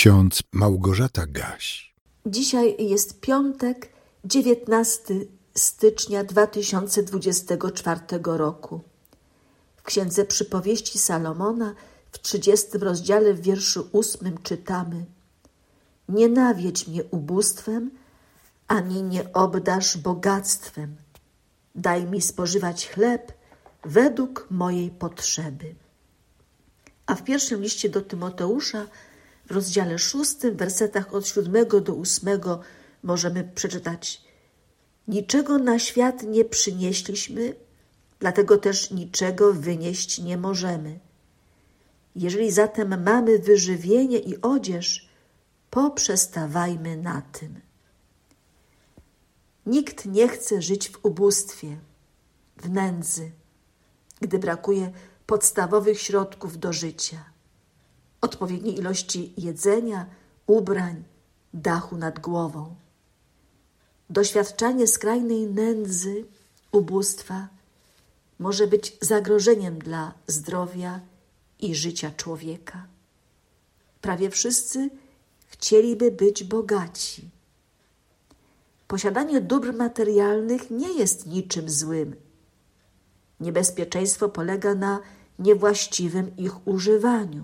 ksiądz Małgorzata Gaś. Dzisiaj jest piątek, 19 stycznia 2024 roku. W Księdze Przypowieści Salomona w 30 rozdziale w wierszu 8 czytamy: Nie nawiedź mnie ubóstwem, ani nie obdarz bogactwem. Daj mi spożywać chleb według mojej potrzeby. A w pierwszym liście do Tymoteusza w rozdziale 6, w wersetach od 7 do 8 możemy przeczytać: Niczego na świat nie przynieśliśmy, dlatego też niczego wynieść nie możemy. Jeżeli zatem mamy wyżywienie i odzież, poprzestawajmy na tym. Nikt nie chce żyć w ubóstwie, w nędzy, gdy brakuje podstawowych środków do życia, odpowiedniej ilości jedzenia, ubrań, dachu nad głową. Doświadczanie skrajnej nędzy, ubóstwa może być zagrożeniem dla zdrowia i życia człowieka. Prawie wszyscy chcieliby być bogaci. Posiadanie dóbr materialnych nie jest niczym złym. Niebezpieczeństwo polega na niewłaściwym ich używaniu.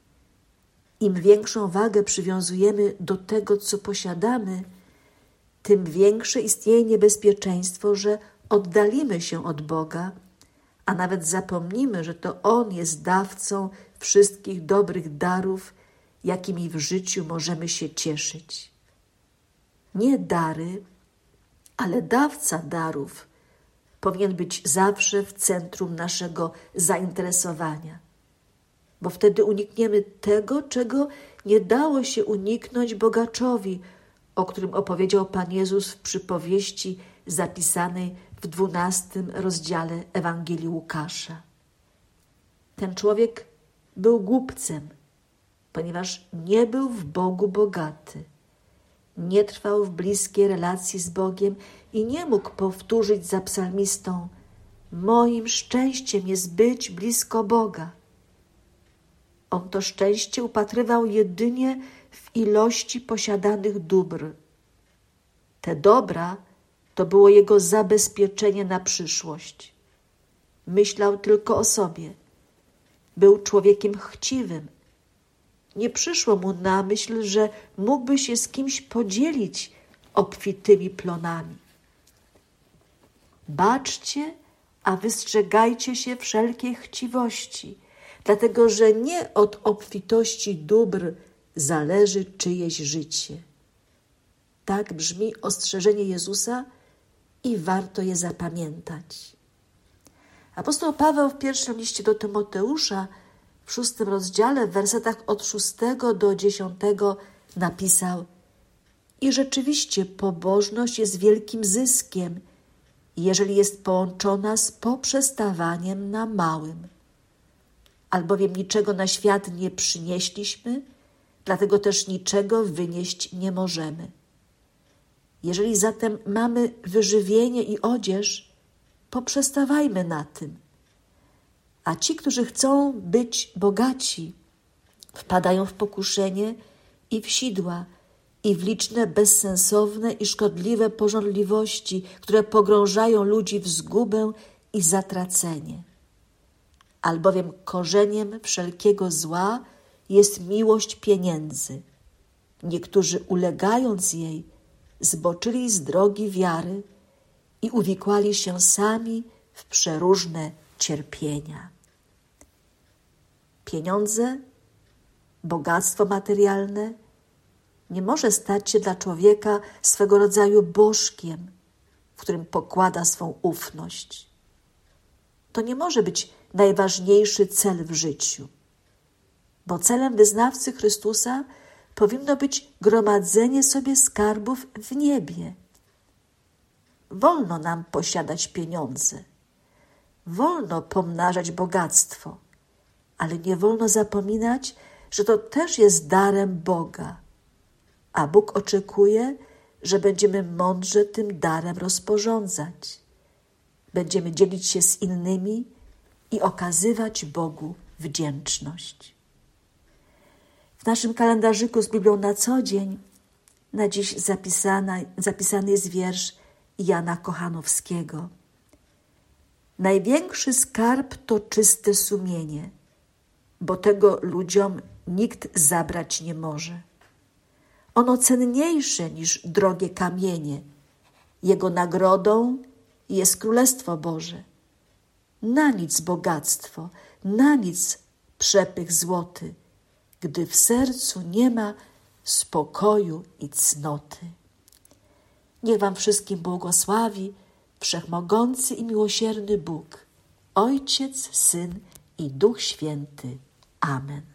Im większą wagę przywiązujemy do tego, co posiadamy, tym większe istnieje niebezpieczeństwo, że oddalimy się od Boga, a nawet zapomnimy, że to On jest dawcą wszystkich dobrych darów, jakimi w życiu możemy się cieszyć. Nie dary, ale dawca darów powinien być zawsze w centrum naszego zainteresowania, bo wtedy unikniemy tego, czego nie dało się uniknąć bogaczowi, o którym opowiedział Pan Jezus w przypowieści zapisanej w 12 rozdziale Ewangelii Łukasza. Ten człowiek był głupcem, ponieważ nie był w Bogu bogaty. Nie trwał w bliskiej relacji z Bogiem i nie mógł powtórzyć za psalmistą: moim szczęściem jest być blisko Boga. On to szczęście upatrywał jedynie w ilości posiadanych dóbr. Te dobra to było jego zabezpieczenie na przyszłość. Myślał tylko o sobie. Był człowiekiem chciwym. Nie przyszło mu na myśl, że mógłby się z kimś podzielić obfitymi plonami. Baczcie, a wystrzegajcie się wszelkiej chciwości, dlatego że nie od obfitości dóbr zależy czyjeś życie. Tak brzmi ostrzeżenie Jezusa i warto je zapamiętać. Apostoł Paweł w pierwszym liście do Tymoteusza w 6 rozdziale, w wersetach od 6 do 10 napisał: I rzeczywiście pobożność jest wielkim zyskiem, jeżeli jest połączona z poprzestawaniem na małym. Albowiem niczego na świat nie przynieśliśmy, dlatego też niczego wynieść nie możemy. Jeżeli zatem mamy wyżywienie i odzież, poprzestawajmy na tym. A ci, którzy chcą być bogaci, wpadają w pokuszenie i w sidła, i w liczne bezsensowne i szkodliwe pożądliwości, które pogrążają ludzi w zgubę i zatracenie. Albowiem korzeniem wszelkiego zła jest miłość pieniędzy. Niektórzy, ulegając jej, zboczyli z drogi wiary i uwikłali się sami w przeróżne cierpienia. Pieniądze, bogactwo materialne nie może stać się dla człowieka swego rodzaju bożkiem, w którym pokłada swą ufność. To nie może być najważniejszy cel w życiu, bo celem wyznawcy Chrystusa powinno być gromadzenie sobie skarbów w niebie. Wolno nam posiadać pieniądze, wolno pomnażać bogactwo, ale nie wolno zapominać, że to też jest darem Boga, a Bóg oczekuje, że będziemy mądrze tym darem rozporządzać. Będziemy dzielić się z innymi i okazywać Bogu wdzięczność. W naszym kalendarzyku z Biblią na co dzień na dziś zapisany jest wiersz Jana Kochanowskiego. Największy skarb to czyste sumienie, bo tego ludziom nikt zabrać nie może. Ono cenniejsze niż drogie kamienie. Jego nagrodą jest Królestwo Boże. Na nic bogactwo, na nic przepych złoty, gdy w sercu nie ma spokoju i cnoty. Niech wam wszystkim błogosławi Wszechmogący i miłosierny Bóg, Ojciec, Syn i Duch Święty. Amen.